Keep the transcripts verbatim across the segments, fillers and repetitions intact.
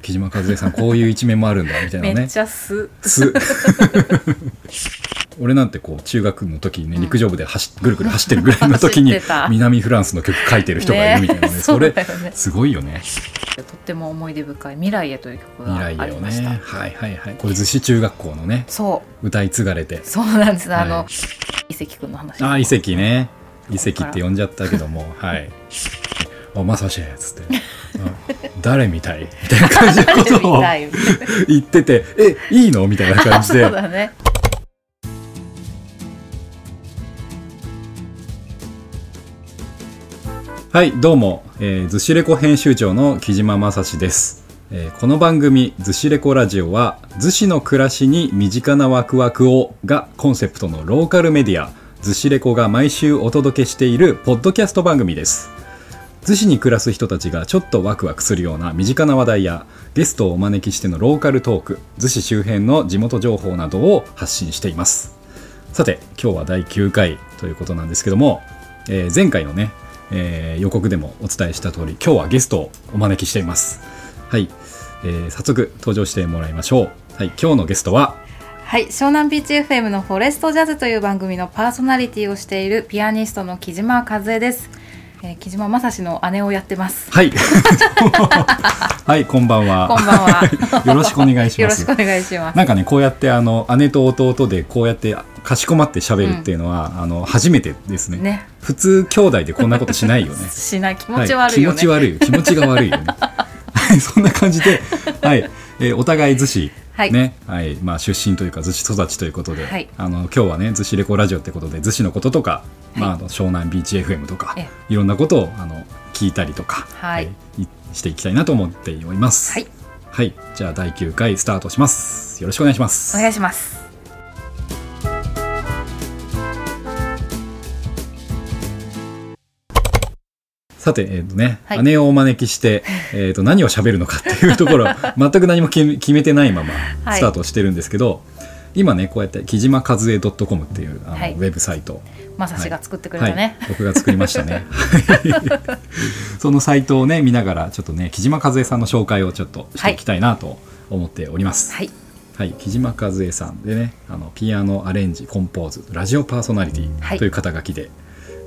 木島和恵さんこういう一面もあるんだみたいなね。 めっちゃ素素俺なんてこう中学の時にね、陸上部で走ぐるぐる走ってるぐらいの時に南フランスの曲書いてる人がいるみたいなね、それすごいよね。 とっても思い出深い未来へという曲がありました。 未来へをね、はいはいはい。これ逗子中学校のね、 そう歌い継がれて、 そうなんです、はい、あの遺跡くんの話。 あ、遺跡ね、遺跡って呼んじゃったけどもはいあ、まさしっつって誰みたいみたいな感じのことを言っててえ、いいのみたいな感じでそうだね。 はい、どうも、えー、逗子レコ編集長の木島正史です、えー、この番組逗子レコラジオは逗子の暮らしに身近なワクワクをがコンセプトのローカルメディア逗子レコが毎週お届けしているポッドキャスト番組です。逗子に暮らす人たちがちょっとワクワクするような身近な話題やゲストをお招きしてのローカルトーク、逗子周辺の地元情報などを発信しています。さて今日はだいきゅうかいということなんですけども、えー、前回のねえー、予告でもお伝えした通り今日はゲストをお招きしています。はい、えー、早速登場してもらいましょう。はい、今日のゲストははい、湘南ビーチ エフエム のフォレストジャズという番組のパーソナリティをしているピアニストの木島和恵です。えー、木島正史の姉をやってます。 はいはい、こんばんは。 こんばんはよろしくお願いします。 よろしくお願いします。 なんかね、こうやってあの姉と弟でこうやってかしこまって喋るっていうのは、うん、あの初めてですね。ね、普通兄弟でこんなことしないよね。 しない、気持ち悪いよね、 はい、気持ち悪いよ、気持ちが悪いよねそんな感じで、はい、えー、お互い逗子、はいね、はい、まあ、出身というか逗子育ちということで、はい、あの今日はね逗子レコラジオってことで逗子のこととか、はい、まあ、あの湘南ビーチ エフエム とかいろんなことをあの聞いたりとか、はい、えー、していきたいなと思っております。はい、はい、じゃあだいきゅうかいスタートします。よろしくお願いします。 お願いします。 さて、えーとね、はい、姉をお招きして、えー、と何を喋るのかっていうところ全く何も決めてないままスタートしてるんですけど、はい、今ねこうやって木島和恵 .com っていうあの、はい、ウェブサイト、 まさしが作ってくれたね、 はい、僕が作りましたねそのサイトをね見ながらちょっとね木島和恵さんの紹介をちょっとしていきたいなと思っております。はい、はい、木島和恵さんでね、あのピアノアレンジコンポーズラジオパーソナリティという肩書きで、はい、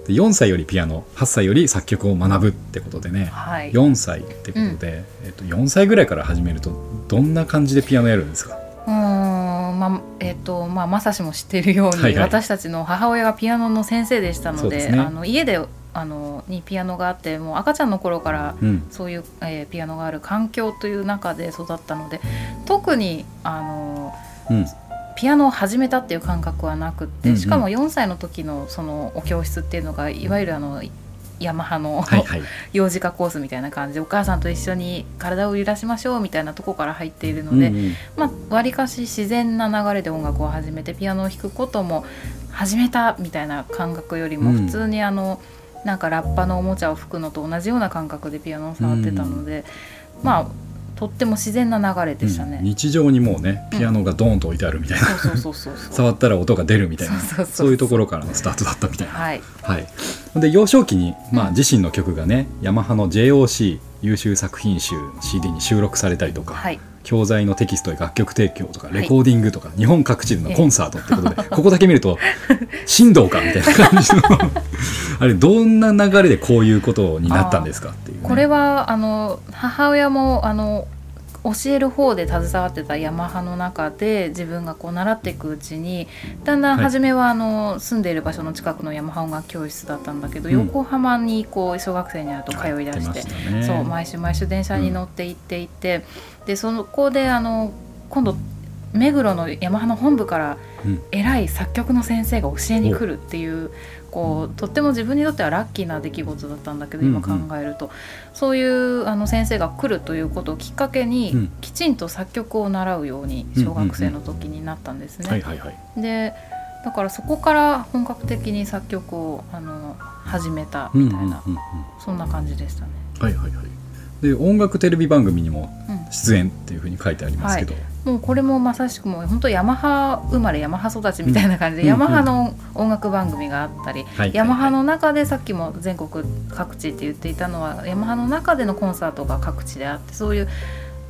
でよんさいよりピアノはっさいより作曲を学ぶってことでね、はい、よんさいってことで、うん、えっと、よんさいぐらいから始めるとどんな感じでピアノやるんですか？ うーん、まあえーとまあ、まさしも知っているように、はいはい、私たちの母親がピアノの先生でしたの で, で、ね、あの家であのにピアノがあって、もう赤ちゃんの頃からそういう、うん、えー、ピアノがある環境という中で育ったので、特にあの、うん、ピアノを始めたっていう感覚はなくって、うんうん、しかもよんさいの時 の, そのお教室っていうのがいわゆるあのヤマハの、はいはい、幼児科コースみたいな感じでお母さんと一緒に体を揺らしましょうみたいなとこから入っているので、うんうん、まあ、割かし自然な流れで音楽を始めてピアノを弾くことも始めたみたいな感覚よりも、普通にあの、うん、なんかラッパのおもちゃを吹くのと同じような感覚でピアノを触ってたので、うん、まあとっても自然な流れでしたね、 うん、日常にもうねピアノがドーンと置いてあるみたいな、触ったら音が出るみたいな、そういうところからのスタートだったみたいな、はいはい、で幼少期に、まあ、自身の曲がね、うん、ヤマハの ジェイオーシー 優秀作品集 シーディー に収録されたりとか、はい、教材のテキストや楽曲提供とかレコーディングとか、はい、日本各地でのコンサートってことで、ええ、ここだけ見ると神道かみたいな感じのあれどんな流れでこういうことになったんですかっていう、ね、 これはあの母親もあの教える方で携わってたヤマハの中で自分がこう習っていくうちに、だんだん初めはあの住んでいる場所の近くのヤマハ音楽教室だったんだけど、うん、横浜にこう小学生になると通い出して、ね、そう毎週毎週電車に乗って行っていて、うん、でそこであの今度目黒のヤマハの本部から偉い作曲の先生が教えに来るっていう、うん、こうとっても自分にとってはラッキーな出来事だったんだけど、今考えると、うんうん、そういうあの先生が来るということをきっかけに、うん、きちんと作曲を習うように小学生の時になったんですね。でだからそこから本格的に作曲をあの始めたみたいな、うんうんうんうん、そんな感じでしたね。 はいはいはい。で音楽テレビ番組にも出演っていうふうに書いてありますけど、うん、はい、 もうこれもまさしくもう本当ヤマハ生まれヤマハ育ちみたいな感じで、うん、ヤマハの音楽番組があったり、うんうん、ヤマハの中でさっきも全国各地って言っていたのはヤマハの中でのコンサートが各地であって、そういう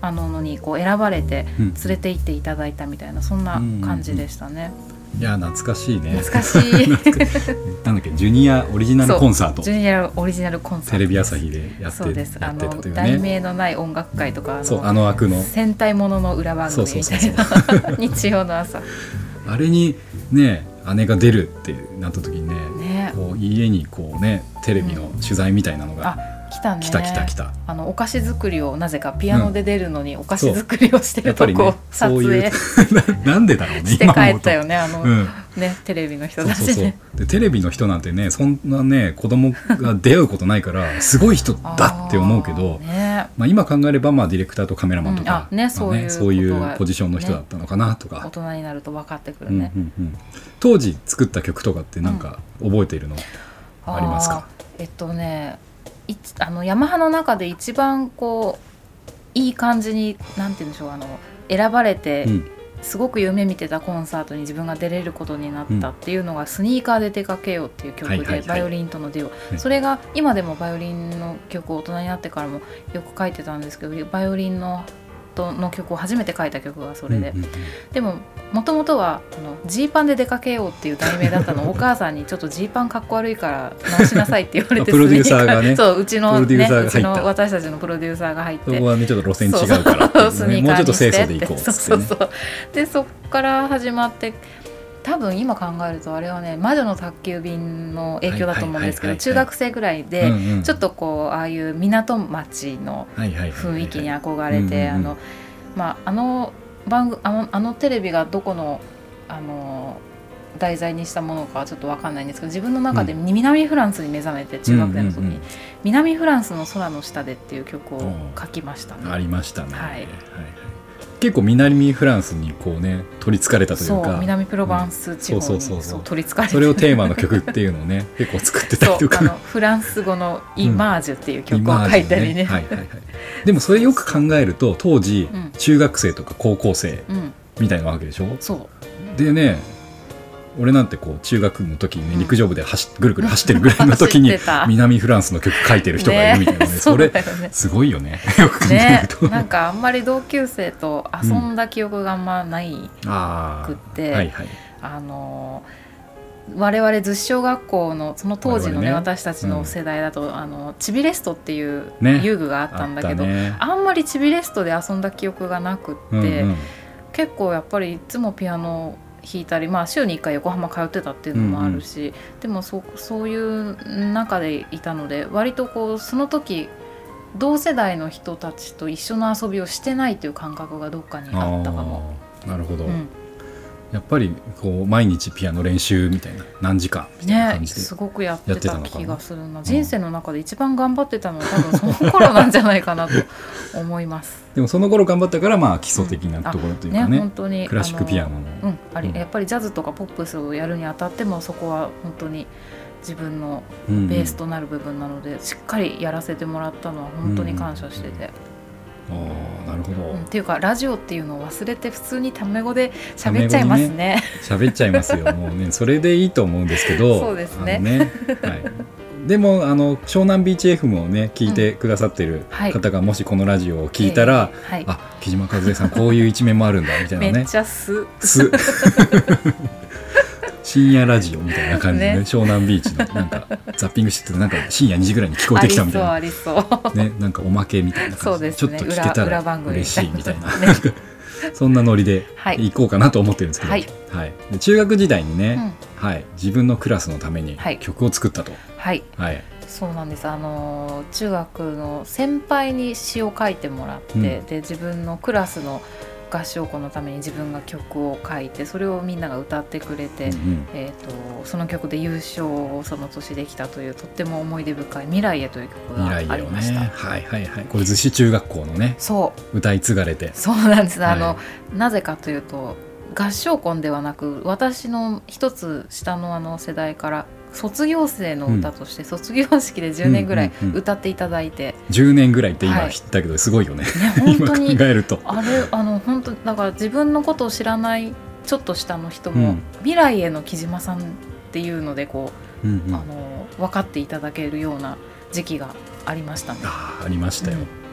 あののにこう選ばれてうん連れて行っていただいたみたいな、そんな感じでしたね。 いや懐かしいね。 懐かしいなんだっけ、ジュニアオリジナルコンサート、 ジュニアオリジナルコンサートテレビ朝日でやってそうです。 やあのってたという題ね。 名のない音楽会とか、あのそうあの枠の戦隊ものの裏番組みたいそうな日曜の朝あれにね姉が出るってなった時にね、 ね、 こう家にこうねテレビの取材みたいなのが、 あ来たね、 来た来た来た。 あのお菓子作りをなぜかピアノで出るのにお菓子作りをしてるとこ、 やっぱりね撮そういう影ななんでだろうねして帰ったよね。 ね、あの、 うんねテレビの人そうそうそうたちね。 でテレビの人なんてねそんなね子供が出会うことないからすごい人だって思うけど、 あーね、 まあ、今考えればまあディレクターとカメラマンとか、 うんあねまあそういうそういうことがポジションの人だったのかなとか、 大人になると分かってくるうんね。 うんうん、当時作った曲とかってなんか覚えているのありますか？ あーえっとねいあのヤマハの中で一番こういい感じになんて言うんでしょう、あの選ばれて、 うんすごく夢見てたコンサートに自分が出れることになったっていうのが、スニーカーで出かけようっていう曲で、 はいはいはいバイオリンとのデュオ、 いそれが今でもバイオリンの曲を大人になってからもよく書いてたんですけど、バイオリンのとの曲を初めて書いた曲がそれで、 うんうんうんでももともとはあのジーパンで出かけようっていう題名だったのをお母さんにちょっとジーパンかっこ悪いから直しなさいって言われてプロデューサーがねそううちの、ね、 プロデューサーが入ったうちの私たちのプロデューサーが入ってそこはねちょっと路線違うからっていうね、 そうそうスニーもうちょっとカーにして清楚でいこうっつってね。 そうそうそうでそっから始まって多分今考えるとあれはね魔女の宅急便の影響だと思うんですけど、 はいはいはいはい中学生ぐらいで、 うんうんちょっとこうああいう港町のはいはいはいはい雰囲気に憧れて、 うんうんうんあのまああの番組あのあのテレビがどこのあの題材にしたものかはちょっと分かんないんですけど、自分の中で南フランスに目覚めて中学生の時に、 うんうんうん南フランスの空の下でっていう曲を書きましたね。 ありましたね、 はいはいはい、結構南フランスにこうね取りつかれたというそうか、 南プロバンス地方にそうそうそうそうそう取りつかれてそれをテーマの曲っていうのをね結構作ってたりとかそうあのフランス語のイマージュっていう曲をイマージュ書いたりね。 はいはいはい、でもそれよく考えると当時、 うん中学生とか高校生うん、 みたいなわけでしょ。 そうでね俺なんてこう中学の時にね、 うん陸上部で走ぐるぐる走ってるぐらいの時に走ってた南フランスの曲書いてる人がいるみたいなねねそれそうだよねすごいよねよく考えねると、 なんかあんまり同級生と遊んだ記憶があんまないあくって、 あはいはいあの我々逗子小学校のその当時のね我々ね私たちの世代だと、あのチビレストっていうね遊具があったんだけど、 あったねあんまりチビレストで遊んだ記憶がなくって、 うんうん結構やっぱりいつもピアノ弾いたり、まあ、週にいっかい横浜通ってたっていうのもあるし、でも そ, そういう中でいたので割とこうその時同世代の人たちと一緒の遊びをしてないという感覚がどっかにあったかも。 あーなるほど、 うんやっぱりこう毎日ピアノ練習みたいな何時間みたいなね感じで、 すごくやってやってたのかなた気がするな。人生の中で一番頑張ってたのは多分その頃なんじゃないかなと思いますでもその頃頑張ったからまあ基礎的なところというかね,、 本当にクラシックピアノの、 あのうんありうんやっぱりジャズとかポップスをやるにあたってもそこは本当に自分のうんうんベースとなる部分なので、しっかりやらせてもらったのは本当に感謝してて、 ああなるほど、 うんっていうかラジオっていうのを忘れて普通にタメ語で喋っちゃいますね。 喋っちゃいますよもうねそれでいいと思うんですけどそうですねあのね、はい、でもあの湘南ビーチ F もね聞いてくださってるはい方がもしこのラジオを聞いたら、 えーはい、 あ木島和恵さんこういう一面もあるんだみたいなねめっちゃすす深夜ラジオみたいな感じでねね湘南ビーチのなんかザッピングしててなんか深夜にじぐらいに聞こえてきたみたいなありそうありそうね、なんかおまけみたいなそうで感じですちょっねと聞けたら裏裏番組嬉しいみたいなねそんなノリではい行こうかなと思ってるんですけど、 はいはいで中学時代にね、 うんはい、自分のクラスのためにはい曲を作ったと、 はいはいそうなんです。あの中学の先輩に詩を書いてもらって、 うんで自分のクラスの合唱コンのために自分が曲を書いてそれをみんなが歌ってくれて、 うんうんえー、とその曲で優勝をその年できたというとっても思い出深い「未来へ」という曲が未来をありました。 ねはいはいはいこれ逗子中学校のねそう歌い継がれてそうなんです。あの、 はなぜかというと合唱コンではなく私の一つ下のあの世代から卒業生の歌として卒業式でじゅうねんぐらいうんうんうん歌っていただいて、 じゅうねんぐらいって今はい知ったけどすごいよね、 ね今考本当にえるとあれあの本当だから自分のことを知らないちょっと下の人も、 うん未来への木島さんっていうのでこうんうんう、あの分かっていただけるような時期がありましたね。 あーありましたよ、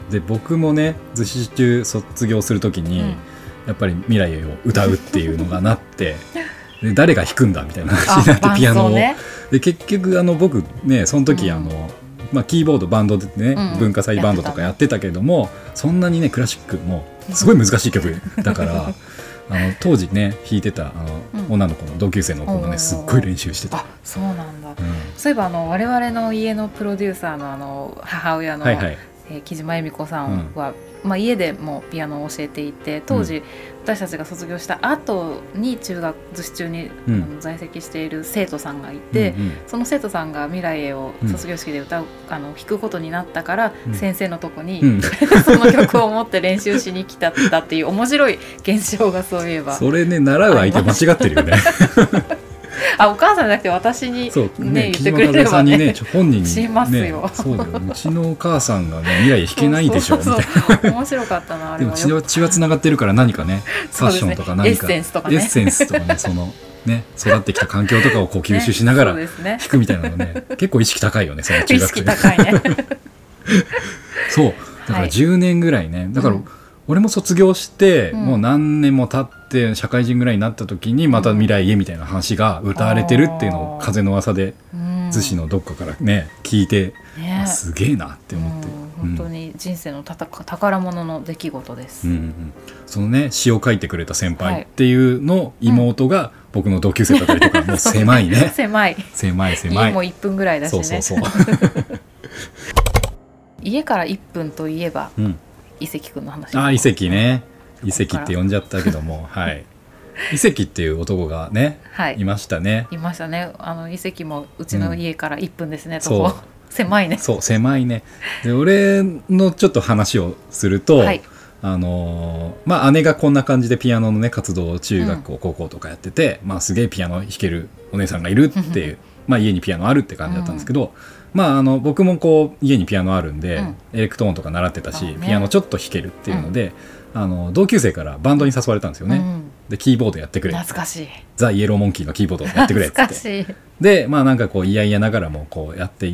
で僕もね逗子中卒業するときに、うん、やっぱり未来へを歌うっていうのがなってで誰が弾くんだみたいな話になってピアノを、ね、で結局あの僕ねその時、うん、あのまあ、キーボードバンドでね、うん、文化祭バンドとかやってたけども、ね、そんなにねクラシックもすごい難しい曲だからあの当時ね弾いてたあの、うん、女の子の同級生の子もねすっごい練習してた。 あ、そうなんだ、うん、そういえばあの我々の家のプロデューサーの、あの母親の、はいはい、えー、木島恵美子さんは、うん、まあ、家でもピアノを教えていて当時、うん、私たちが卒業した後に中学逗子中に、うん、在籍している生徒さんがいて、うんうん、その生徒さんが未来へを卒業式で歌う、うん、あの弾くことになったから、うん、先生のとこに、うん、その曲を持って練習しに来たっていう面白い現象がそういえばそれね習う相手間違ってるよねあ、お母さんじゃなくて私に、ねね、言ってくれればね、ね本人に、ね、 しますよ。 そうだよ、うちのお母さんが、ね、未来弾けないでしょみたいな。 面白かったなあれは。 でも血はつながってるから何かねファッションとか何か、 ね、エッセンスとかねエッセンスとかねそのね育ってきた環境とかをこう吸収しながら弾くみたいなのね、ね結構意識高いよねその中学生。 意識高いねそうだからじゅうねんぐらいね、はい、だから、うん俺も卒業して、うん、もう何年も経って社会人ぐらいになった時にまた未来へみたいな話が歌われてるっていうのを風の噂で逗子のどっかからね聞いて、ね、すげえなって思って、 うん、本当に人生のたた宝物の出来事です、 うんうん、そのね詩を書いてくれた先輩っていうの妹が僕の同級生だったりとか、うん、もう狭いね狭い狭い狭い家もいっぷんぐらいだしね。 そうそうそう家からいっぷんといえば、うん遺跡くんの話。 あ、遺跡ね。遺跡って呼んじゃったけども、はい。遺跡っていう男がね、はい、いましたね。 いましたね。あの遺跡もうちの家からいっぷんですね。うん、とこ狭いね。 そう狭いね。で、俺のちょっと話をすると、はい、あのー、まあ姉がこんな感じでピアノのね活動を中学校、うん、高校とかやってて、まあすげえピアノ弾けるお姉さんがいるっていう、まあ家にピアノあるって感じだったんですけど。うんまあ、あの僕もこう家にピアノあるんで、うん、エレクトーンとか習ってたし、ね、ピアノちょっと弾けるっていうので、うん、あの同級生からバンドに誘われたんですよね、うん、でキーボードやってくれ懐かしいザ・イエローモンキーのキーボードやってくれってってでまあなんかこういやいやながらもこうやっていって、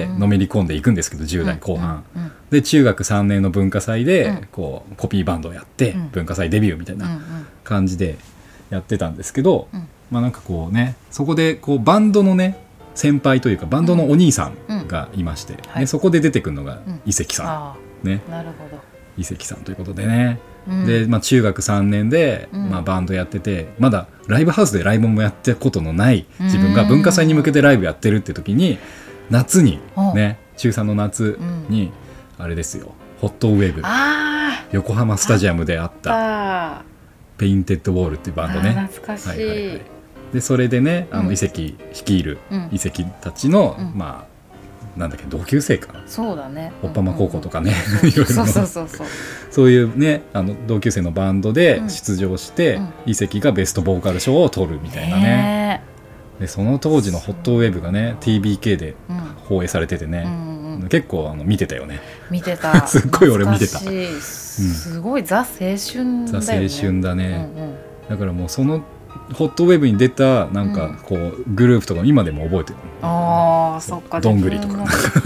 うん、のめり込んでいくんですけどじゅう代後半、うんうんうん、で中学さんねんの文化祭でこうコピーバンドをやって、うん、文化祭デビューみたいな感じでやってたんですけど、うん、まあなんかこうねそこでこうバンドのね先輩というかバンドのお兄さんがいまして、うんうんはい、でそこで出てくるのが伊関さん、うん、ね、 なるほど伊関さんということでね、うん、で、まあ、中学さんねんで、うんまあ、バンドやっててまだライブハウスでライブもやったことのない自分が文化祭に向けてライブやってるって時に夏にね中さんの夏にあれですよホットウェーブ横浜スタジアムであったペインテッドウォールっていうバンドね懐かしい、はいはいはいでそれでねあの遺跡率いる遺跡たちの、うん、まあなんだっけ同級生かそうだねおっぱま高校とかねいろいろそうそうそうそうそういうねあの同級生のバンドで出場して、うん、遺跡がベストボーカル賞を取るみたいなねでその当時のホットウェーブがね ティービーケー で放映されててね、うんうん、結構あの見てたよね見てたすっごい俺見てた、うん、 すごいザ青春だよねザ青春だね、うんうん、だからもうそのホットウェーブに出たなんかこうグループとか今でも覚えてる、 うん、ああそっかどんぐりとか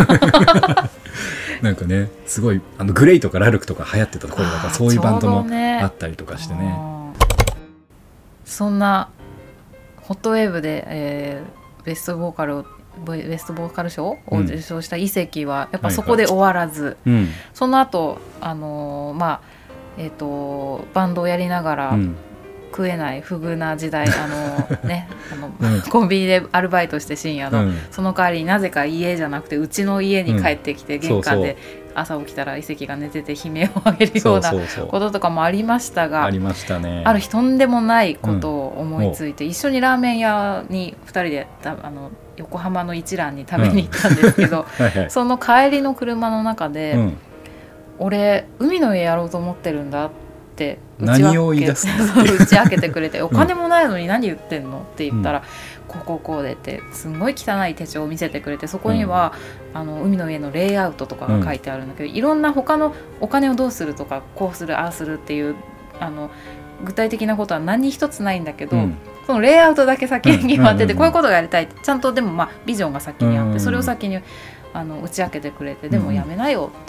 なんかねすごいあのグレイとかラルクとか流行ってた頃だからそういうバンドもあったりとかしてね、ねそんなホットウェーブで、えー、ベストボーカルをベストボーカル賞を受賞した遺跡はやっぱそこで終わらず、はいはいうん、その後あのー、まあえーとバンドをやりながら、うん食えない不遇な時代あの、ね、あのうん、コンビニでアルバイトして深夜の、うん、その代わりになぜか家じゃなくてうちの家に帰ってきて、うん、玄関で朝起きたら遺跡が寝てて悲鳴を上げるようなこととかもありましたがありましたねある日とんでもないことを思いついて、うん、一緒にラーメン屋にふたりであの横浜の一蘭に食べに行ったんですけど、うんはいはい、その帰りの車の中で、うん、俺海の家やろうと思ってるんだって何を言い出すの打ち明けてくれてお金もないのに何言ってんのって言ったら、うん、こうこうこうでってすごい汚い手帳を見せてくれてそこには、うん、あの海の家のレイアウトとかが書いてあるんだけど、うん、いろんな他のお金をどうするとかこうするああするっていうあの具体的なことは何一つないんだけど、うん、そのレイアウトだけ先に決まってて、うん、こういうことがやりたいってちゃんとでもまあビジョンが先にあって、うん、それを先にあの打ち明けてくれてでもやめなよって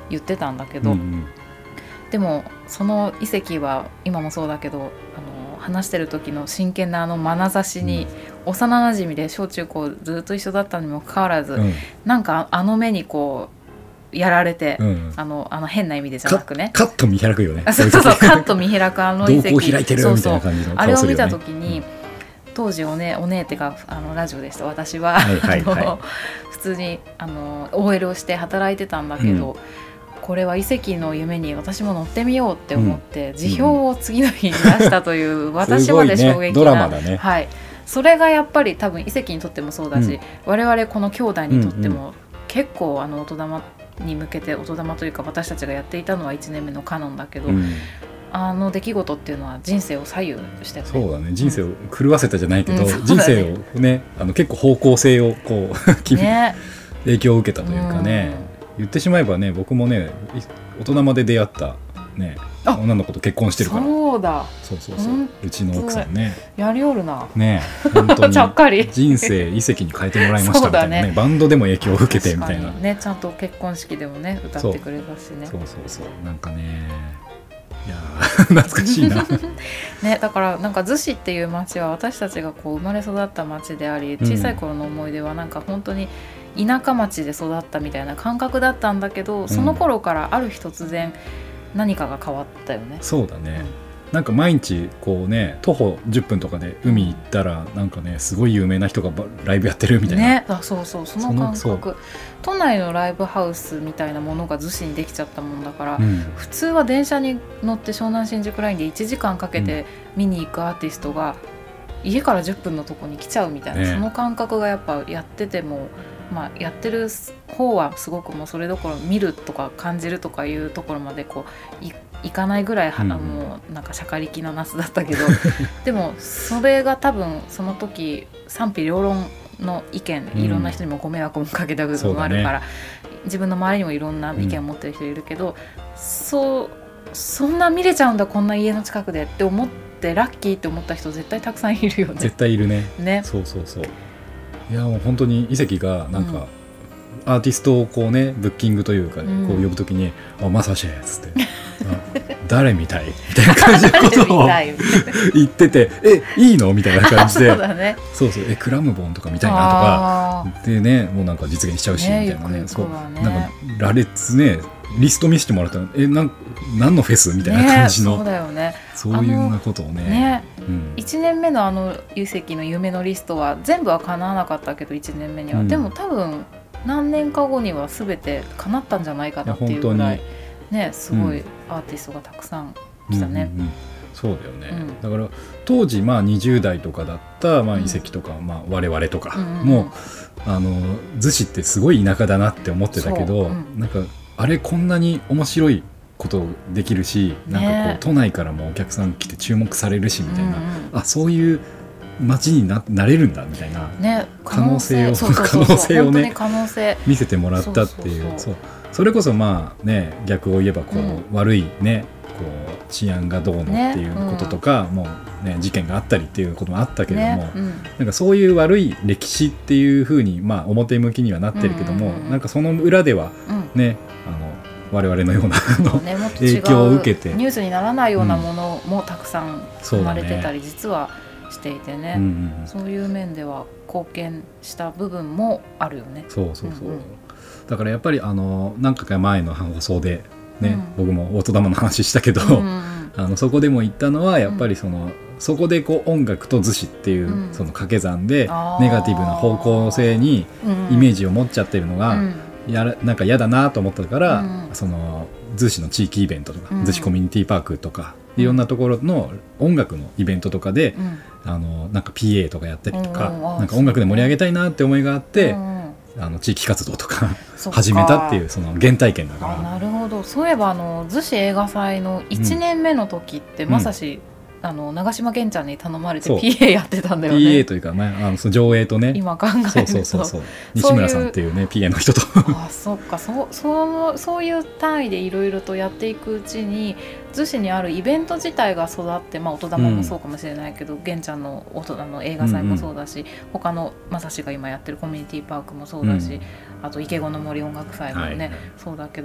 言ってたんだけど、 うんうん、 でもその遺跡は今もそうだけど、あの話してる時の真剣なあの眼差しに、うん、幼なじみで小中高ずっと一緒だったにもかかわらず、うん、なんかあの目にこうやられて、うん、あのあの変な意味でじゃなくね、 カッと見開くよね。 そうそうそうカッと見開くあの遺跡、 瞳孔開いてるみたいな感じの顔するよね。 あれを見た時に、うん、当時おねおねってかあのラジオでした私は、はいはいはい、普通にあの オーエル をして働いてたんだけど、うん、これは遺跡の夢に私も乗ってみようって思って、うん、辞表を次の日に出したという、うん、私まで衝撃な、 ね、ドラマだね、 はい、それがやっぱり多分遺跡にとってもそうだし、うん、我々この兄弟にとっても、うんうん、結構あの音玉に向けて音玉というか私たちがやっていたのはいちねんめのカノンだけど、うん、あの出来事っていうのは人生を左右してる、ね、 そうだね、人生を狂わせたじゃないけど、うん、人生をね、あの結構方向性をこう、ね、影響を受けたというかね、うん、言ってしまえばね、僕もね音玉で出会ったね女の子と結婚してるから。 そうだ、 そうそうそう、うちの奥さんねやりおるなね、本当に人生遺跡に変えてもらいましたみたいなね、バンドでも影響を受けてみたいなね、ちゃんと結婚式でもね歌ってくれたしね。 そうそうそう、なんかね、いや懐かしいなね、だからなんか逗子っていう町は私たちがこう生まれ育った町であり、小さい頃の思い出はなんか本当に田舎町で育ったみたいな感覚だったんだけど、その頃からある日突然何かが変わったよね。 そうだね、うん、なんか毎日こうね徒歩じゅっぷんとかで海行ったらなんかねすごい有名な人がライブやってるみたいな、 ね、あそうそう、その感覚、都内のライブハウスみたいなものが逗子にできちゃったもんだから、うん、普通は電車に乗って湘南新宿ラインでいちじかんかけて見に行くアーティストが家からじゅっぷんのとこに来ちゃうみたいな、ね、その感覚がやっぱやってても、まあ、やってる方はすごくもうそれどころ見るとか感じるとかいうところまでこう い, いかないぐらい、うん、もうなんかしゃかりきなナスだったけどでもそれが多分その時賛否両論の意見、いろんな人にもご迷惑もかけた部分もあるから、うんね、自分の周りにもいろんな意見を持ってる人いるけど、うん、そうそんな見れちゃうんだこんな家の近くでって思ってラッキーって思った人絶対たくさんいるよね。 絶対いるね。 ね、 そうそうそう、いやもう本当に遺跡がなんか、うん、アーティストをこうねブッキングというか、ね、こう呼ぶときに、うん、あまさしっつって誰みたいみたいな感じのことを言っててえいいのみたいな感じでそうだね、 そうそう、えクラムボンとか見たいなとかでね、もうなんか実現しちゃうし、ね、みたいなね、そうなんか羅列ねリスト見せてもらったらえなん何のフェスみたいな感じの、 ね、そうだよね、 そういうようなことを ね, ね、 うん、いちねんめのあの遺跡の夢のリストは全部は叶わなかったけどいちねんめには、うん、でも多分何年か後には全て叶ったんじゃないかなっていうぐらい、ね、すごいアーティストがたくさん来たね、 うんうんうん、そうだよね、うん、だから当時まあにじゅう代とかだったまあ遺跡とか、うんまあ、我々とかも、うんうん、あの逗子ってすごい田舎だなって思ってたけど、うん、なんかあれこんなに面白いことできるし、なんかこう、ね、都内からもお客さん来て注目されるしみたいな、うんうん、あそういう街に な, なれるんだみたいな、ね、可能性を可能性をね見せてもらったっていう、そうそうそうそう、それこそまあね逆を言えばこう、うん、悪いねこう治安がどうのっていうこととか、ねうん、もうね事件があったりっていうこともあったけれども、ねうん、なんかそういう悪い歴史っていう風にまあ表向きにはなってるけども、うんうんうん、なんかその裏ではね、うん、あの我々のようなね、影響を受けてニュースにならないようなものもたくさん生まれてたり、うん、実はしていてね、うんうん、そういう面では貢献した部分もあるよね。 そうそうそう、うんうん、だからやっぱりあの何回か前の放送で、ねうん、僕も音玉の話したけど、うんうん、あのそこでも言ったのはやっぱりその、うん、そこでこう音楽と逗子っていう、うん、その掛け算でネガティブな方向性にイメージを持っちゃってるのが、うんやらなんか嫌だなと思ったから、うん、その逗子の地域イベントとか、うん、逗子コミュニティパークとか、うん、いろんなところの音楽のイベントとかで、うん、あのなんか ピーエー とかやったりとか、うん、なんか音楽で盛り上げたいなって思いがあって、うん、あの地域活動とか始めたっていうその原体験だから。 あなるほど、そういえばあの逗子映画祭のいちねんめの時って、うん、まさしあの長島健ちゃんに頼まれて ピーエー やってたんだよね。 ピーエー というか、まあ、あのその上映とね今考えるとそうそうそうそう西村さんっていうね ピーエー の人とあそっか そ, そ, そういう単位でいろいろとやっていくうちに逗子にあるイベント自体が育って、まあ、音玉もそうかもしれないけど、うん、玄ちゃんの音あの映画祭もそうだし、うんうん、他のまさしが今やってるコミュニティパークもそうだし、うん、あと池子の森音楽祭もね、はい、そうだけど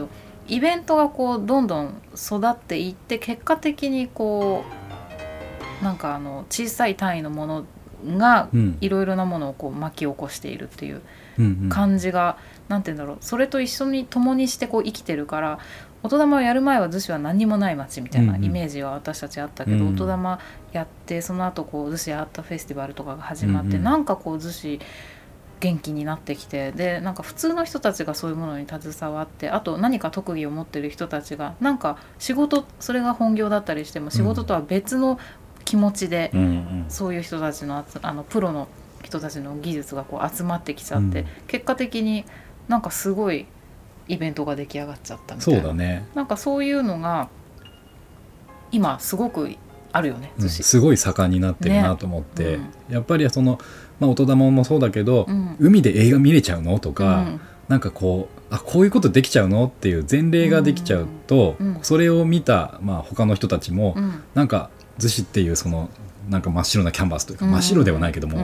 イベントがこうどんどん育っていって結果的にこうなんかあの小さい単位のものがいろいろなものをこう巻き起こしているっていう感じが、うんうん、なんて言うんだろう、それと一緒に共にしてこう生きてるから、音玉をやる前は逗子は何にもない街みたいなイメージは私たちあったけど、うんうん、音玉やってその後こう逗子アートフェスティバルとかが始まって、うんうん、なんかこう逗子元気になってきて、でなんか普通の人たちがそういうものに携わって、あと何か特技を持ってる人たちがなんか仕事、それが本業だったりしても仕事とは別の気持ちで、うんうん、そういう人たちの、あのプロの人たちの技術がこう集まってきちゃって、うん、結果的になんかすごいイベントが出来上がっちゃったみたいな。 そうだね。 なんかそういうのが今すごくあるよね、 うん、すごい盛んになってるなと思って、ね、うん、やっぱりその、まあ、音玉もそうだけど、うん、海で映画見れちゃうのとか、うん、なんかこうあこういうことできちゃうのっていう前例ができちゃうと、うんうん、それを見た、まあ、他の人たちも、うん、なんか逗子っていうそのなんか真っ白なキャンバスというか、うん、真っ白ではないけども、うん、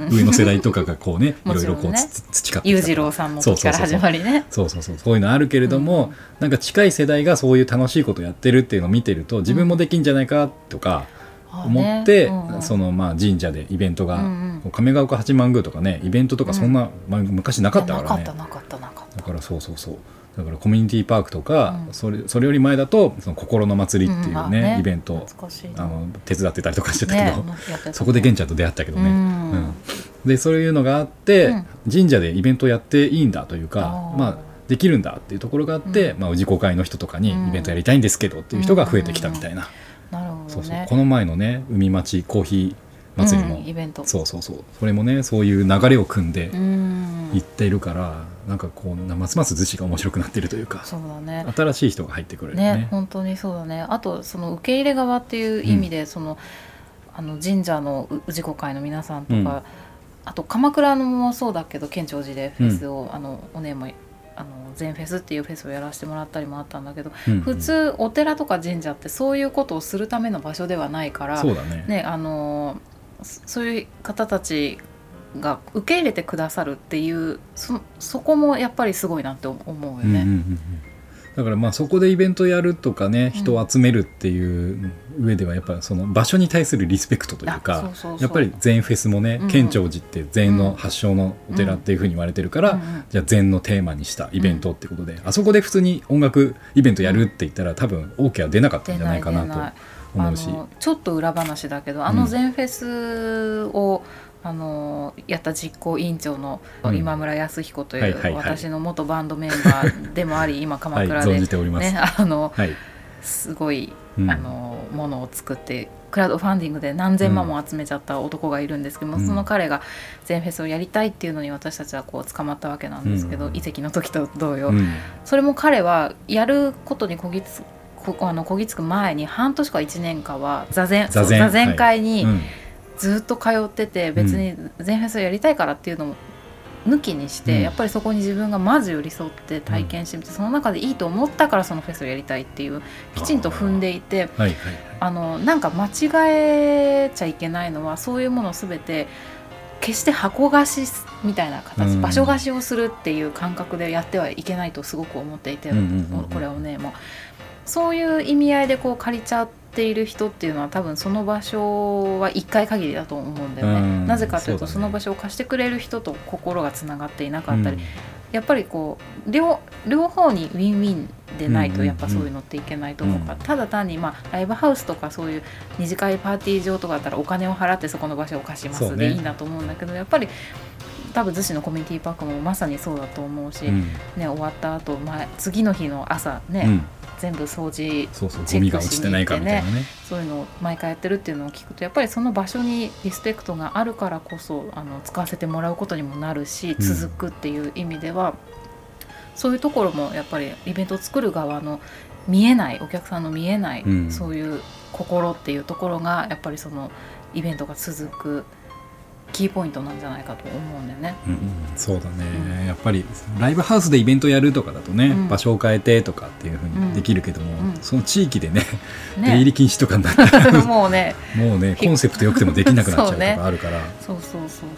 上の世代とかがこうねいろいろこう、ね、培って裕次郎さんの時から始まりね、 そうそうそうそういうのあるけれども、うん、なんか近い世代がそういう楽しいことをやってるっていうのを見てると自分もできんじゃないかとか思って、うんね、そのまあ神社でイベントが、うんうん、亀岡八幡宮とかねイベントとかそんな、うん、昔なかったからね。 なかったなかったなかった。 だからそうそうそうだからコミュニティパークとか、うん、それ、それより前だとその心の祭りっていうね、うんね、イベントあの手伝ってたりとかしてたけど、ね、そこで玄ちゃんと出会ったけどね、うんうん、でそういうのがあって、うん、神社でイベントやっていいんだというか、まあ、できるんだっていうところがあって、うん、まあ、氏子会の人とかにイベントやりたいんですけどっていう人が増えてきたみたいな、 うんうんうん、なるほどね。 そうそうこの前のね海町コーヒー祭りも、うん、イベントそうそうそうそれもねそういう流れを組んでいっているから、なんかこうますます逗子が面白くなっているというか、 そうだね、 新しい人が入ってくるよね。 ね、本当にそうだね。あとその受け入れ側っていう意味で、うん、そのあの神社の氏子会の皆さんとか、うん、あと鎌倉のもそうだけど建長寺でフェスを、うん、あのおねもあの全フェスっていうフェスをやらせてもらったりもあったんだけど、うんうん、普通お寺とか神社ってそういうことをするための場所ではないから、 そうだね、 ね、あのそういう方たちが受け入れてくださるっていう そ, そこもやっぱりすごいなって思うよね、うんうんうん、 だからまあそこでイベントやるとかね、人を集めるっていう上ではやっぱその場所に対するリスペクトというか、そうそうそう、やっぱり禅フェスもね、うん、建長寺って禅の発祥のお寺っていうふうに言われてるから、うんうん、じゃあ禅のテーマにしたイベントってことで、うん、あそこで普通に音楽イベントやるって言ったら多分 OK は出なかったんじゃないかなと思うし、 あのちょっと裏話だけど、あの禅フェスを、うん、あのやった実行委員長の今村康彦という、うんはいはいはい、私の元バンドメンバーでもあり今鎌倉で、 はい、存じております、 ね、あの、はい、すごい、うん、あのものを作ってクラウドファンディングで何千万も集めちゃった男がいるんですけども、うん、その彼が全フェスをやりたいっていうのに私たちはこう捕まったわけなんですけど、うん、遺跡の時と同様、うん、それも彼はやることにこぎつこあのこぎつく前に半年かいちねんかは座禅座禅、座禅会にずっと通ってて、別に全フェスをやりたいからっていうのも抜きにして、うん、やっぱりそこに自分がまず寄り添って体験してみて、うん、その中でいいと思ったからそのフェスをやりたいっていうきちんと踏んでいて、あ、はいはい、あのなんか間違えちゃいけないのはそういうものを全て決して箱貸しみたいな形、うん、場所貸しをするっていう感覚でやってはいけないとすごく思っていて、うんうんうん、これをねもうそういう意味合いでこう借りちゃっている人っていうのは多分その場所はいっかい限りだと思うんだよね、うん、なぜかというと そ, う、ね、その場所を貸してくれる人と心がつながっていなかったり、うん、やっぱりこう 両, 両方にウィンウィンでないとやっぱそういうのっていけないと思うから、うんうんうん、ただ単に、まあ、ライブハウスとかそういう二次会パーティー場とかだったらお金を払ってそこの場所を貸しますでいいなと思うんだけど、やっぱり多分逗子のコミュニティパークもまさにそうだと思うし、うんね、終わった後、まあ、次の日の朝ね、うん、全部掃除そうそうチェックしに行ってね、 そういうのを毎回やってるっていうのを聞くとやっぱりその場所にリスペクトがあるからこそあの使わせてもらうことにもなるし、続くっていう意味では、うん、そういうところもやっぱりイベントを作る側の見えないお客さんの見えない、うん、そういう心っていうところがやっぱりそのイベントが続くキーポイントなんじゃないかと思うんだよね、 うんうん、そうだね、うん、やっぱりライブハウスでイベントやるとかだとね、うん、場所を変えてとかっていう風にできるけども、うん、その地域でね、ね出入り禁止とかになったらもうねもうねコンセプト良くてもできなくなっちゃうとかあるからそう、ね、そうそうそうそう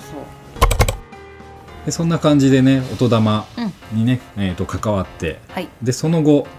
でそんな感じでね音玉にね、うんえー、と関わって、はい、でその後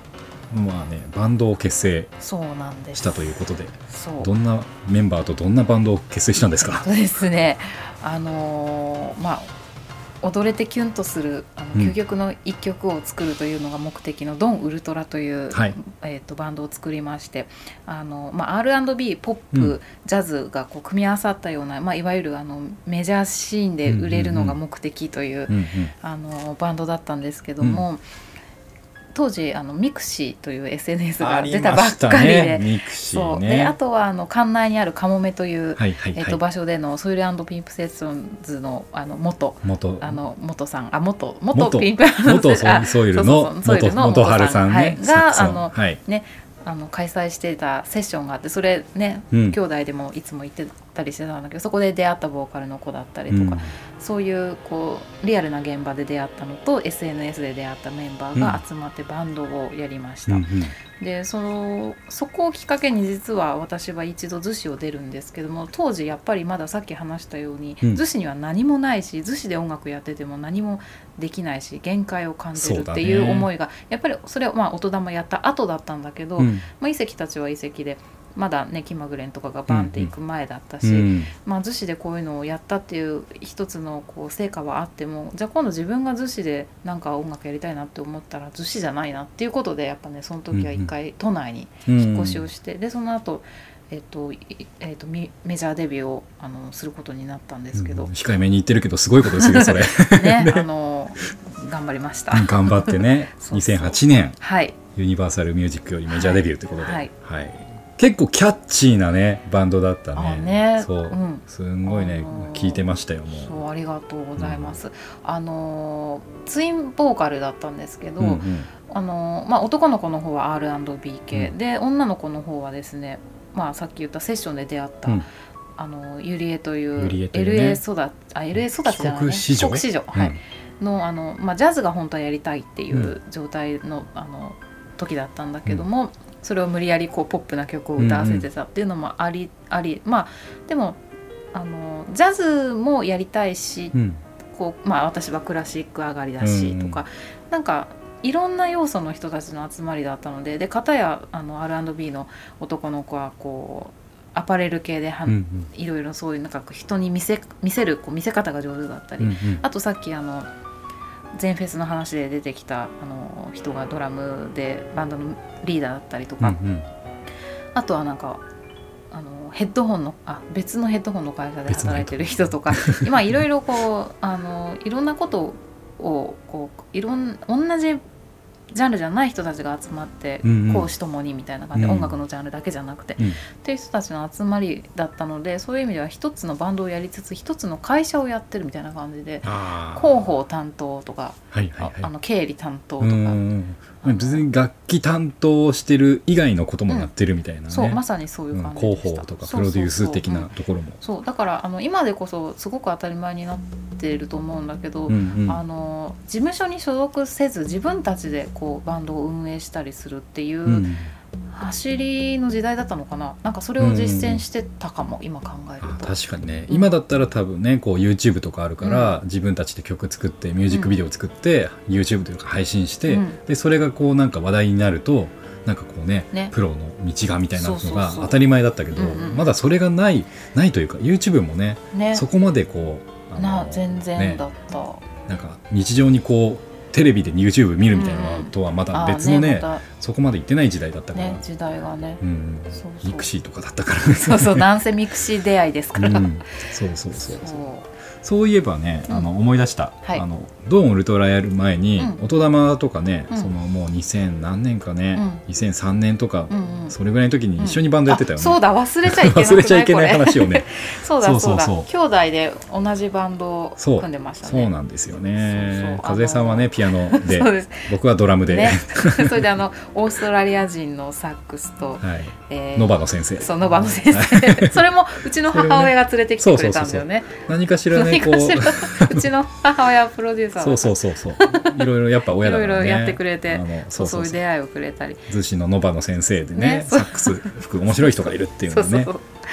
まあね、バンドを結成そうなんですしたということで、 そうどんなメンバーとどんなバンドを結成したんですか？ そうですね、あのー、まあ踊れてキュンとするあの究極の一曲を作るというのが目的のドンウルトラという、 はい、 えー、とバンドを作りまして、あの、まあ、アールアンドビー、ポップ、 うん、 ジャズがこう組み合わさったような、まあ、いわゆるあのメジャーシーンで売れるのが目的という、 うんうんうん、 あのバンドだったんですけども、うん、当時あのミクシーという エスエヌエス が出たばっかりで、 ミクシーね、 そうで、あとはあの館内にあるカモメという、 はいはいはい、 えー、と場所でのソイル&ピンプセッションズの、あの 元, 元, あの元さんあ元元ピンプ元ソイルの元春さん、ね、はい、 があの、はい、ね、あの開催していたセッションがあって、それね、うん、兄弟でもいつも行ってたりしてたんだけど、そこで出会ったボーカルの子だったりとか、うん、そういうこうリアルな現場で出会ったのと エスエヌエス で出会ったメンバーが集まってバンドをやりました、うんうんうん、で そ, のそこをきっかけに実は私は一度逗子を出るんですけども、当時やっぱりまださっき話したように、うん、逗子には何もないし、逗子で音楽やってても何もできないし限界を感じるっていう思いが、やっぱりそれはまあ音玉やった後だったんだけど、うん、まあ、遺跡たちは遺跡でまだね気まぐれんとかがバンっていく前だったし、うんうん、まあ、逗子でこういうのをやったっていう一つのこう成果はあっても、じゃあ今度自分が逗子でなんか音楽やりたいなって思ったら逗子じゃないなっていうことで、やっぱねその時は一回都内に引っ越しをして、うんうん、でその後えーとえーとメジャーデビューをあのすることになったんですけど、 うん、控えめに言ってるけどすごいことですよそれね、ね、あの頑張りました頑張ってねそうそうにせんはちねん、 はい、 ユニバーサルミュージックよりメジャーデビューということで、 はいはい、結構キャッチーなねバンドだったね。 あね、 そう、うん、すんごいね、あのー、聞いてましたよ。もうそう、ありがとうございます、うん、あのツインボーカルだったんですけど、うんうん、あのまあ、男の子の方は アールアンドビー 系、うん、で女の子の方はですね、まあ、さっき言ったセッションで出会った、うん、あのゆりえという、ね、エルエー 育ちあ エルエー 育ちじゃないね、帰国子女、帰国子女、はい、うん、の、あのまあ、ジャズが本当はやりたいっていう状態 の,、うん、あの時だったんだけども、うん、それを無理やりこうポップな曲を歌わせてたっていうのもあり、うんうん、あり、まあでもあのジャズもやりたいし、うん、こうまあ、私はクラシック上がりだしとか、うんうん、なんかいろんな要素の人たちの集まりだったので、で片やあの アールアンドビー の男の子はこうアパレル系では、うんうん、いろいろそういうなんか人に見せ、見せるこう見せ方が上手だったり、うんうん、あとさっきあの全フェスの話で出てきたあの人がドラムでバンドのリーダーだったりとか、うんうん、あとはなんかあのヘッドホンのあ別のヘッドホンの会社で働いてる人とか今いろいろこうあのいろんなことをこういろん同じジャンルじゃない人たちが集まって、うんうん、講師ともにみたいな感じで、うん、音楽のジャンルだけじゃなくて、うん、っていう人たちの集まりだったので、そういう意味では一つのバンドをやりつつ一つの会社をやってるみたいな感じで、広報担当とか、はいはいはい、ああの経理担当とか、 別に楽器担当してる以外のこともやってるみたいなね、うん、 そうまさにそういう感じでした、 うん、広報とかプロデュース的なところも、 そうだからあの今でこそすごく当たり前になっていると思うんだけど、うんうん、あの事務所に所属せず自分たちでこうバンドを運営したりするっていう走りの時代だったのかな、なんかそれを実践してたかも、うん、今考えると。 確かにね、うん、今だったら多分ねこう YouTube とかあるから、うん、自分たちで曲作ってミュージックビデオ作って、うん、YouTube というか配信して、うん、でそれがこうなんか話題になるとなんかこう ね, ねプロの道がみたいなのが当たり前だったけど、まだそれがないないというか YouTube も ね, ねそこまでこうあのな全然だった、 ね、なんか日常にこうテレビで YouTube 見るみたいなのとはまた別の ね,、うんねま、そこまで行ってない時代だったから、 ね、時代がね、 うん、そうそうミクシーとかだったからねそうそうなんせミクシー出会いですから、うん、 そうそうそうそうそういえばね、うん、あの思い出した、はい、あのドーンウルトラやる前に、うん、音玉とかね、うん、そのもうにせん何年かね、うん、にせんさんねんとか、うんうん、それぐらいの時に一緒にバンドやってたよね、 うん、そうだ忘れちゃいけない忘れちゃいけない話をねそうだそうだそうそうそう兄弟で同じバンドを組んでましたね。 そう、そうなんですよね。和江さんはねピアノで僕はドラムで、ね、 それであのオーストラリア人のサックスと、はいえー、ノバの先生そうノバの先生それもうちの母親が連れてきてくれたんだよね。 何かしらねこううちの母親プロデューサーそうそうそうそういろいろやっぱ親だからねいろいろやってくれてそうそういう出会いをくれたり逗子のノバの先生で ね, ねサックス吹く面白い人がいるっていうのねそうそうそう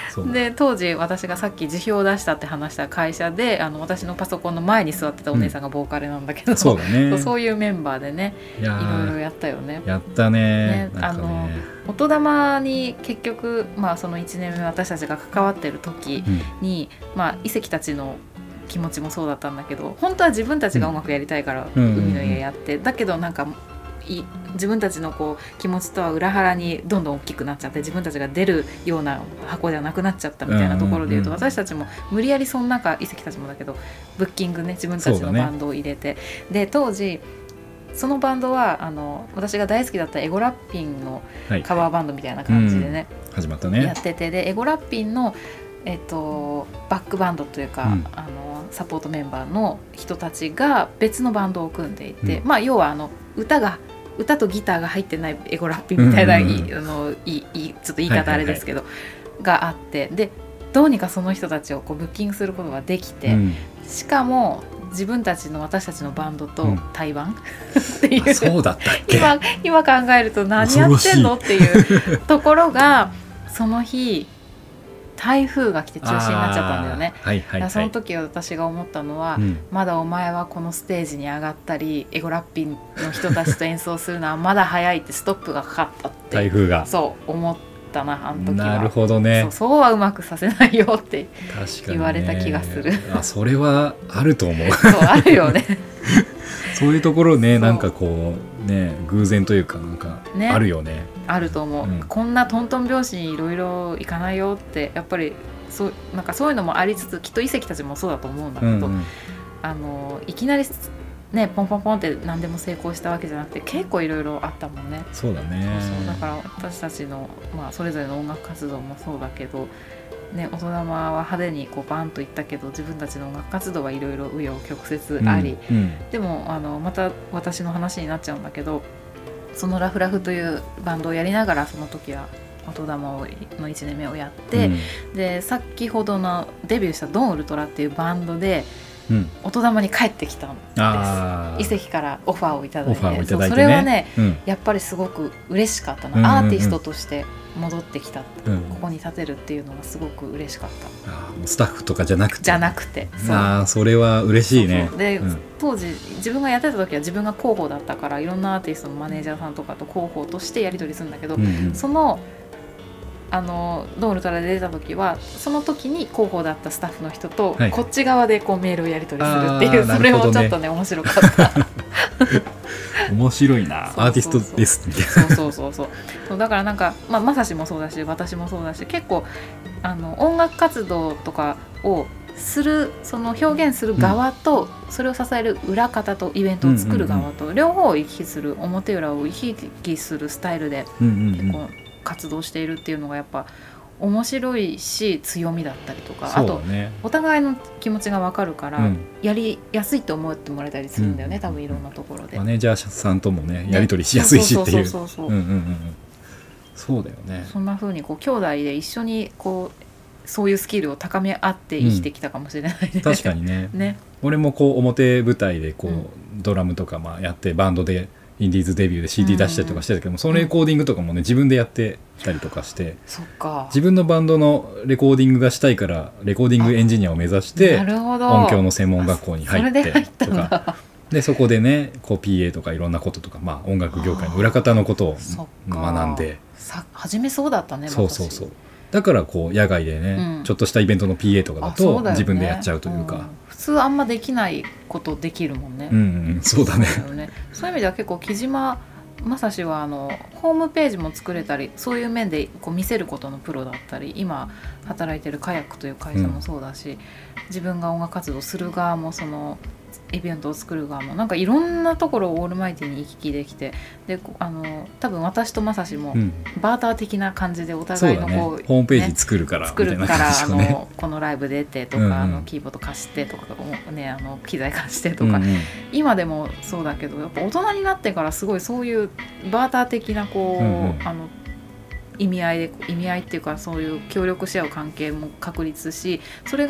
そうで当時私がさっき辞表を出したって話した会社であの私のパソコンの前に座ってたお姉さんがボーカルなんだけど、 うん、そうだねそういうメンバーでねいろいろやったよね。 やったね。 ねあの音玉に結局、まあ、そのいちねんめ私たちが関わってる時に、うんまあ、遺跡たちの気持ちもそうだったんだけど本当は自分たちが音楽やりたいから海の家やって、うんうんうん、だけどなんかい自分たちのこう気持ちとは裏腹にどんどん大きくなっちゃって自分たちが出るような箱ではなくなっちゃったみたいなところでいうと、うんうんうん、私たちも無理やりその中遺跡たちもだけどブッキングね自分たちのバンドを入れて、ね、で当時そのバンドはあの私が大好きだったエゴラッピンのカバーバンドみたいな感じでね、はいうん、始まったねやっててでエゴラッピンの、えっと、バックバンドというか、うん、あのサポートメンバーの人たちが別のバンドを組んでいて、うん、まあ要はあの歌が歌とギターが入ってないエゴラッピンみたいな、うんうんうん、あのいいちょっと言い方あれですけど、はいはいはい、があってでどうにかその人たちをこうブッキングすることができて、うん、しかも自分たちの私たちのバンドと対バン、うん、っていうそうだったっけ今, 今考えると何やってんのっていうところがその日台風が来て中止になっちゃったんだよね、 はいはいはい、 その時私が思ったのは、うん、まだお前はこのステージに上がったりエゴラッピンの人たちと演奏するのはまだ早いってストップがかかったって台風がそう思ったなあの時は。 なるほどね。 そう、そうはうまくさせないよって言われた気がする、 ね、あそれはあると思うそうあるよねそういうところねなんかこうね偶然というかなんかあるよね、ねあると思う、うん、こんなトントン拍子にいろいろいかないよってやっぱりそうなんかそういうのもありつつきっと遺跡たちもそうだと思うんだけど、うんうん、あのいきなりねポンポンポンって何でも成功したわけじゃなくて結構いろいろあったもんね。 そうだね。 そうそうだから私たちの、まあ、それぞれの音楽活動もそうだけどね、音玉は派手にこうバンといったけど自分たちの音楽活動はいろいろ紆余曲折あり、うんうん、でもあのまた私の話になっちゃうんだけどそのラフラフというバンドをやりながらその時は音玉をのいちねんめをやって、うん、で先ほどのデビューしたドンウルトラっていうバンドで、うん、音玉に帰ってきたんです。遺跡からオファーをいただいて、 いただいてね、 それはね、うん、やっぱりすごく嬉しかったな、うんうんうん、アーティストとして戻ってきた、うん、ここに立てるっていうのがすごく嬉しかった。 あスタッフとかじゃなくてじゃなくてそうあそれは嬉しいね。 そうそうで、うん、当時自分がやってた時は自分が広報だったからいろんなアーティストのマネージャーさんとかと広報としてやり取りするんだけど、うんうん、そのあのドンウルトラで出た時はその時に広報だったスタッフの人とこっち側でこうメールをやり取りするっていう、はい、それもちょっとね面白かった面白いなアーティストですみたいな。 そうそうそうそうそうだからなんか、まあ、まさしもそうだし私もそうだし結構あの音楽活動とかをするその表現する側と、うん、それを支える裏方とイベントを作る側と、うんうんうん、両方を行き来する表裏を行き来するスタイルで、うんうんうん、結構活動しているっていうのがやっぱ面白いし強みだったりとか、あとお互いの気持ちが分かるから、うん、やりやすいと思ってもらえたりするんだよね、うん、多分いろんなところでマネージャーさんともねやり取りしやすいしっていうそうだよね。 そんな風にこう兄弟で一緒にこうそういうスキルを高め合って生きてきたかもしれないね、うん、 確かに ね, ね俺もこう表舞台でこう、うん、ドラムとかまあやってバンドでインディーズデビューで シーディー 出したりとかしてたけども、うん、そのレコーディングとかもね自分でやってたりとかして、 そっか自分のバンドのレコーディングがしたいからレコーディングエンジニアを目指して音響の専門学校に入ってとかでそこでねこう ピーエー とかいろんなこととか、まあ、音楽業界の裏方のことを学んでさ初めそうだったね。 そうそうそうだからこう野外でね、うん、ちょっとしたイベントの ピーエー とかだと、ね、自分でやっちゃうというか、うん、 普通あんまできないことできるもんね、 うんうん、そうだね。 そうだよね。そういう意味では結構木島正史はあのホームページも作れたりそういう面でこう見せることのプロだったり今働いてるカヤックという会社もそうだし、うん、自分が音楽活動する側もそのイベントを作る側もなんかいろんなところをオールマイティに行き来できてであの多分私と正史もバーター的な感じでお互いのこう、 うんね、ホームページ作るから作るから、ね、あのこのライブ出てとか、うんうん、あのキーボード貸してとか、ね、あの機材貸してとか、うんうん、今でもそうだけどやっぱ大人になってからすごいそういうバーター的なこう、うんうん、あの意味合いで意味合いっていうかそういう協力し合う関係も確立しそれが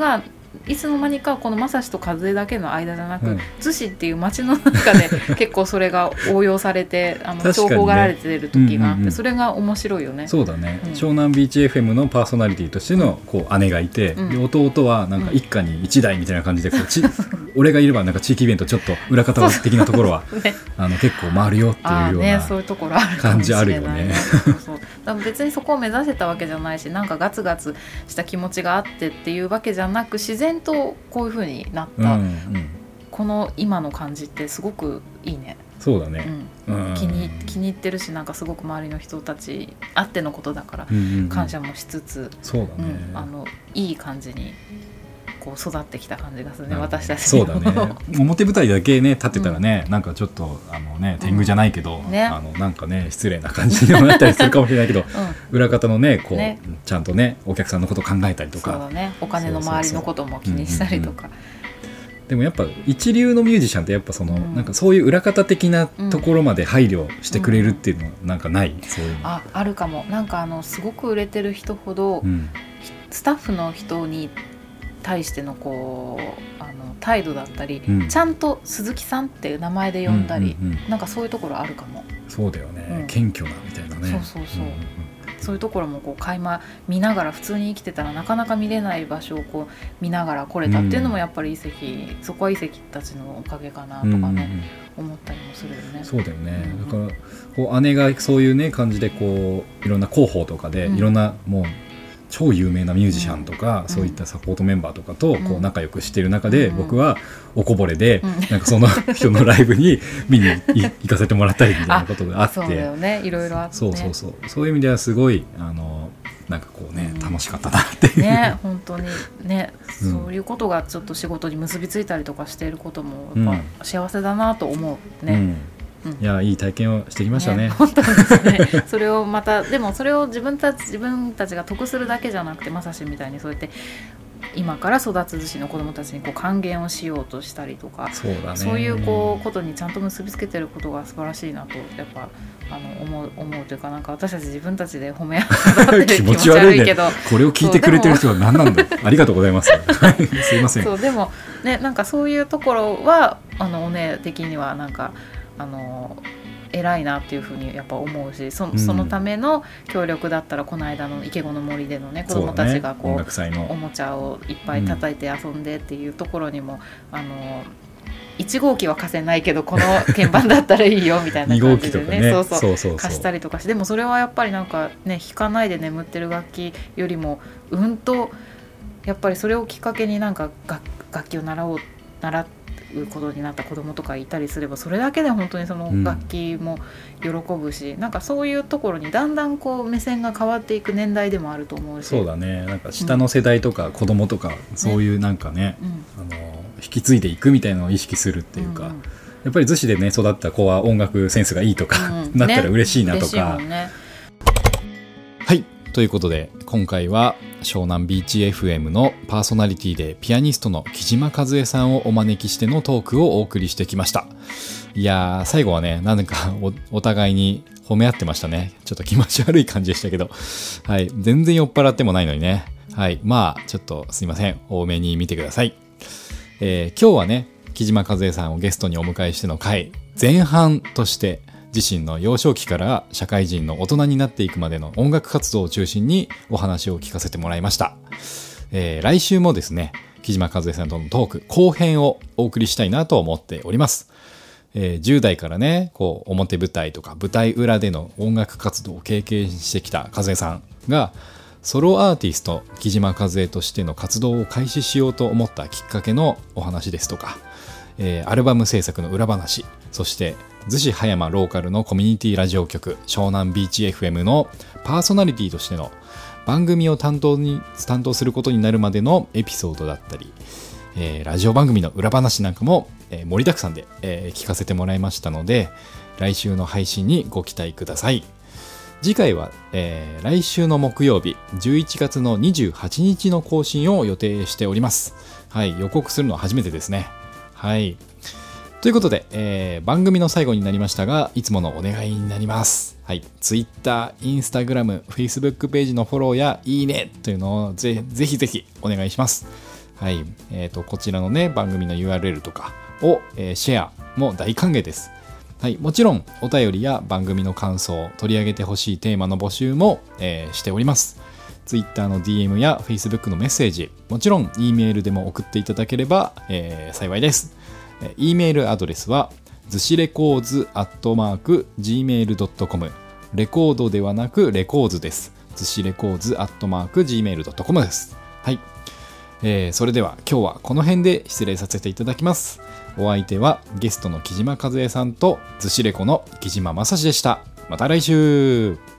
いつの間にかこのまさしと和江だけの間じゃなく、 うん、 逗子っていう街の中で結構それが応用されてあの重宝がられてる時があって、うんうんうん、それが面白いよね。 そうだね、うん、湘南ビーチ エフエム のパーソナリティとしてのこう姉がいて、うん、で弟はなんか一家に一台みたいな感じでこうち、うん、俺がいればなんか地域イベントちょっと裏方的なところは、ね、あの結構回るよっていうような感じあるよね。 そうそうだから別にそこを目指せたわけじゃないし、なんかガツガツした気持ちがあってっていうわけじゃなく、自然とこういう風になった、うんうん、この今の感じってすごくいいね。 そうだね、 うんうん、気に、気に入ってるし、なんかすごく周りの人たちあってのことだから感謝もしつつ、うんうんうん、 そうだね、 うん、あのいい感じにこう育ってきた感じがするね、私たち。 そうだね表舞台だけね立ってたらね、うん、なんかちょっとあのね天狗じゃないけど、うんね、あのなんかね失礼な感じにもなったりするかもしれないけど、うん、裏方のねこうねちゃんとねお客さんのこと考えたりとか、 そうだね、お金の周りのことも気にしたりとか。 でもやっぱ一流のミュージシャンってやっぱその、うん、なんかそういう裏方的なところまで配慮してくれるっていうのはなんかない、うん、そういうの。 あ、あるかも。なんかあのすごく売れてる人ほど、うん、スタッフの人に対してのこうあの態度だったり、うん、ちゃんと鈴木さんっていう名前で呼んだり、うんうんうん、なんかそういうところあるかも。 そうだよね、うん、謙虚なみたいなね。 そうそうそう、うんうん、そういうところもこう垣間見ながら、普通に生きてたらなかなか見れない場所をこう見ながら来れたっていうのもやっぱり遺跡、うん、そこは遺跡たちのおかげかなとかね、うんうんうん、思ったりもするよね。 そうだよね、うんうん、だからこう姉がそういうね感じでこういろんな広報とかで、うん、いろんなもう超有名なミュージシャンとか、うん、そういったサポートメンバーとかとこう仲良くしている中で、うん、僕はおこぼれで、うん、なんかその人のライブに見に行かせてもらったりみたいなことがあって、 そうだよね、いろいろあって、ね、 そうそうそう、そういう意味ではすごいあのなんかこうね、うん、楽しかったなっていうね、本当にね、うん、そういうことがちょっと仕事に結びついたりとかしていることもやっぱ幸せだなと思うね、うんうん、いやいい体験をしてきましたね。 ね、本当ですねそれをまたでもそれを自分たち自分たちが得するだけじゃなくて、まさしみたいにそうやって今から育つ逗子の子どもたちにこう還元をしようとしたりとか、 そうだね、 そういうこうことにちゃんと結びつけてることが素晴らしいなとやっぱあの思う、思うというか、なんか私たち自分たちで褒め合ってる気持ち悪いけど、 ね、これを聞いてくれてる人は何なんだありがとうございますすいません。 そうでもね、なんかそういうところはあのお姉的にはなんかあの偉いなっていうふうにやっぱ思うし、 そ, そのための協力だったら、この間の池子の森でのね子どもたちがこう、ね、おもちゃをいっぱい叩いて遊んでっていうところにも、うん、あのいち号機は貸せないけどこの鍵盤だったらいいよみたいな感じで ね, ねそうそうそうそうそう貸したりとかして、でもそれはやっぱりなんかね、弾かないで眠ってる楽器よりもうんとやっぱりそれをきっかけになんか 楽, 楽器を習おう習ってうことになった子どもとかいたりすれば、それだけで本当にその楽器も喜ぶし、うん、なんかそういうところにだんだんこう目線が変わっていく年代でもあると思うし。 そうだね、なんか下の世代とか子どもとか、うん、そういうなんか ね, ね、うん、あの引き継いでいくみたいなのを意識するっていうか、うんうん、やっぱり逗子でね育った子は音楽センスがいいとか、うん、なったら嬉しいなとか、 ね、ね、 はい、ということで今回は湘南ビーチ エフエム のパーソナリティでピアニストの木島和恵さんをお招きしてのトークをお送りしてきました。いやー最後はね、なんか お, お互いに褒め合ってましたね。ちょっと気持ち悪い感じでしたけど、はい、全然酔っ払ってもないのにね、はい、まあちょっとすいません、多めに見てください。えー、今日はね木島和恵さんをゲストにお迎えしての回前半として、自身の幼少期から社会人の大人になっていくまでの音楽活動を中心にお話を聞かせてもらいました。えー、来週もですね木島和恵さんとのトーク後編をお送りしたいなと思っております。えー、じゅう代からねこう表舞台とか舞台裏での音楽活動を経験してきた和恵さんが、ソロアーティスト木島和恵としての活動を開始しようと思ったきっかけのお話ですとか、えー、アルバム制作の裏話、そして逗子葉山ローカルのコミュニティラジオ局湘南ビーチ エフエム のパーソナリティとしての番組を担当に担当することになるまでのエピソードだったり、えー、ラジオ番組の裏話なんかも、えー、盛りだくさんで、えー、聞かせてもらいましたので、来週の配信にご期待ください。次回は、えー、来週の木曜日じゅういちがつのにじゅうはちにちの更新を予定しております。はい、予告するのは初めてですね。はい、ということで、えー、番組の最後になりましたが、いつものお願いになります。はい、Twitter、Instagram、Facebook ページのフォローやいいねというのを ぜ, ぜひぜひお願いします。 はい、えーと、こちらのね番組の ユーアールエル とかを、えー、シェアも大歓迎です。はい、もちろんお便りや番組の感想、取り上げてほしいテーマの募集も、えー、しております。Twitter の ディーエム や Facebook のメッセージ、もちろん E メールでも送っていただければ、えー、幸いです。えー、E メールアドレスはずしレコーズアットマーク ジーメールドットコム、 レコードではなくレコーズです。ずしレコーズアットマーク ジーメールドットコム です。はい、えー、それでは今日はこの辺で失礼させていただきます。お相手はゲストの木島和恵さんとずしレコの木島正史でした。また来週。